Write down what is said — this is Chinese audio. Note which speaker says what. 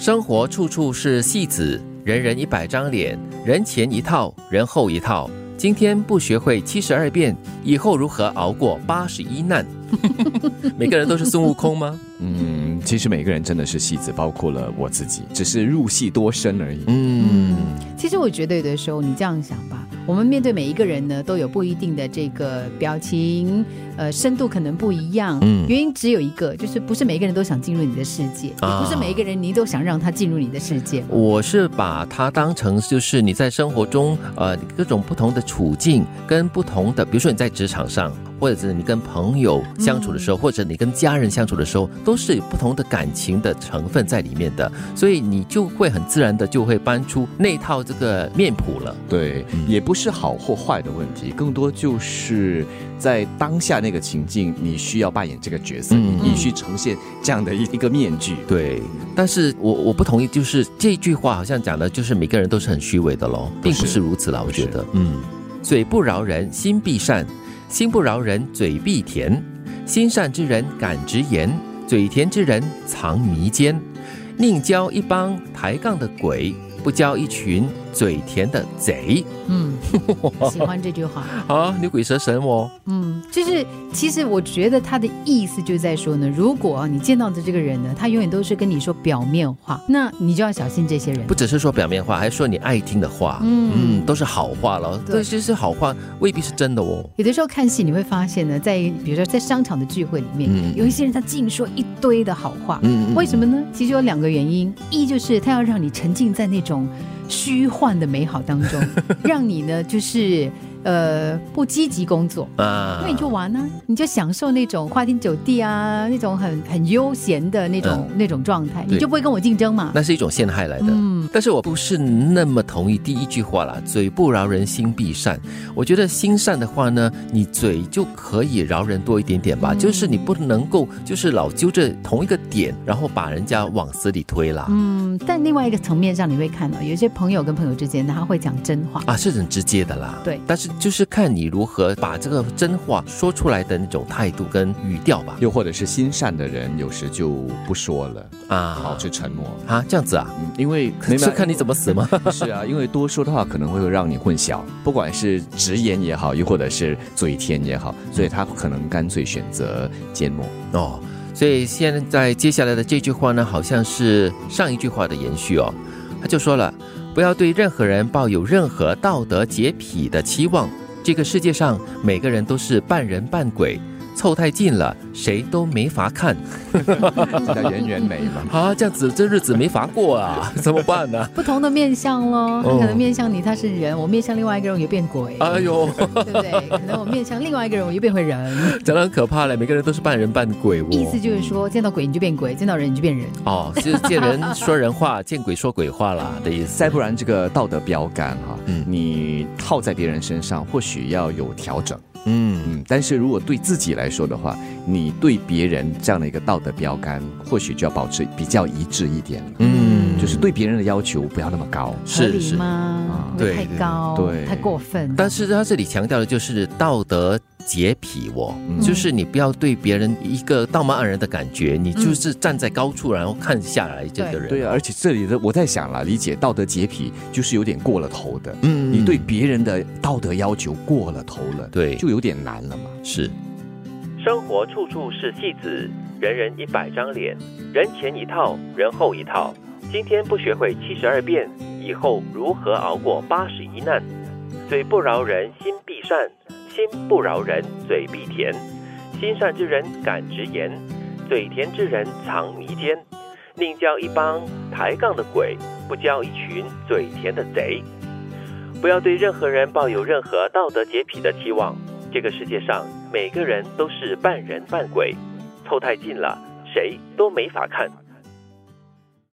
Speaker 1: 生活处处是戏子，人人100张脸，人前一套，人后一套。今天不学会72变，以后如何熬过81难？每个人都是孙悟空吗？
Speaker 2: 其实每个人真的是戏子，包括了我自己，只是入戏多深而已。
Speaker 3: 其实我觉得有的时候你这样想吧，我们面对每一个人呢，都有不一定的这个表情，深度可能不一样。原因只有一个，就是不是每一个人都想进入你的世界，也不是每一个人你都想让他进入你的世界。
Speaker 1: 我是把它当成就是你在生活中各种不同的处境跟不同的，比如说你在职场上，或者是你跟朋友相处的时候，或者你跟家人相处的时候，都是有不同的感情的成分在里面的，所以你就会很自然的就会搬出那套这个面谱了。
Speaker 2: 对，也不是好或坏的问题，更多就是在当下那个情境，你需要扮演这个角色，你必须呈现这样的一个面具。
Speaker 1: 对，但是我不同意，就是这句话好像讲的就是每个人都是很虚伪的咯，并不是如此啦，我觉得。嘴不饶人心必善，心不饶人嘴必甜，心善之人敢直言，嘴甜之人藏迷奸。宁教一帮抬杠的鬼，不教一群嘴甜的贼。
Speaker 3: 喜欢这句话
Speaker 1: 啊，牛鬼蛇神哦。
Speaker 3: 就是其实我觉得他的意思就在说呢，如果你见到的这个人呢，他永远都是跟你说表面话，那你就要小心这些人。
Speaker 1: 不只是说表面话，还说你爱听的话，都是好话了。这些是好话，未必是真的哦。
Speaker 3: 有的时候看戏你会发现呢，比如说在商场的聚会里面，有一些人他净说一堆的好话，为什么呢？其实有2个原因，一就是他要让你沉浸在那种虚幻的美好当中，让你呢就是不积极工作因为你就玩啊，你就享受那种花天酒地啊，那种很悠闲的那种状态，你就不会跟我竞争嘛。
Speaker 1: 那是一种陷害来的。但是我不是那么同意第一句话啦，嘴不饶人心必善。我觉得心善的话呢，你嘴就可以饶人多一点点吧，就是你不能够就是老揪着同一个点，然后把人家往死里推啦。
Speaker 3: 但另外一个层面上你会看到，有些朋友跟朋友之间他会讲真话
Speaker 1: 啊，是很直接的啦。
Speaker 3: 对，
Speaker 1: 但是就是看你如何把这个真话说出来的那种态度跟语调吧。
Speaker 2: 又或者是心善的人有时就不说了保持沉默
Speaker 1: 啊，这样子啊。
Speaker 2: 因为
Speaker 1: 是看你怎么死吗？
Speaker 2: 是啊，因为多说的话可能会让你混淆，不管是直言也好，又或者是嘴甜也好，所以他可能干脆选择缄默
Speaker 1: 所以现在接下来的这句话呢，好像是上一句话的延续哦。他就说了，不要对任何人抱有任何道德洁癖的期望，这个世界上每个人都是半人半鬼，凑太近了谁都没法看。
Speaker 2: 这叫圆圆美嘛。
Speaker 1: 这样子这日子没法过啊，怎么办呢？
Speaker 3: 不同的面相咯，可能面向你他是人，我面向另外一个人我又变鬼。
Speaker 1: 哎呦，
Speaker 3: 对不对？可能我面向另外一个人我又变回人。
Speaker 1: 讲得很可怕了，每个人都是半人半鬼
Speaker 3: 意思就是说，见到鬼你就变鬼，见到人你就变人。
Speaker 1: 就是见人说人话，见鬼说鬼话啦的意思。
Speaker 2: 再不然这个道德标杆你套在别人身上或许要有调整。但是如果对自己来说的话，你对别人这样的一个道德标杆或许就要保持比较一致一点。就是对别人的要求不要那么高。
Speaker 3: 合理吗？
Speaker 1: 对，
Speaker 3: 太高，
Speaker 2: 对，
Speaker 3: 太过分。
Speaker 1: 但是他这里强调的就是道德洁癖就是你不要对别人一个道貌岸然的感觉，你就是站在高处然后看下来这个人。
Speaker 2: 对啊，而且这里的我在想啦，理解道德洁癖就是有点过了头的。你对别人的道德要求过了头了，
Speaker 1: 对，
Speaker 2: 就有点难了嘛。
Speaker 1: 是。生活处处是戏子，人人100张脸，人前一套，人后一套。今天不学会72变，以后如何熬过81难？嘴不饶人心必善，心不饶人嘴必甜。心善之人敢直言，嘴甜之人藏迷奸。宁教一帮抬杠的鬼，不教一群嘴甜的贼。不要对任何人抱有任何道德洁癖的期望，这个世界上每个人都是半人半鬼，凑太近了谁都没法看。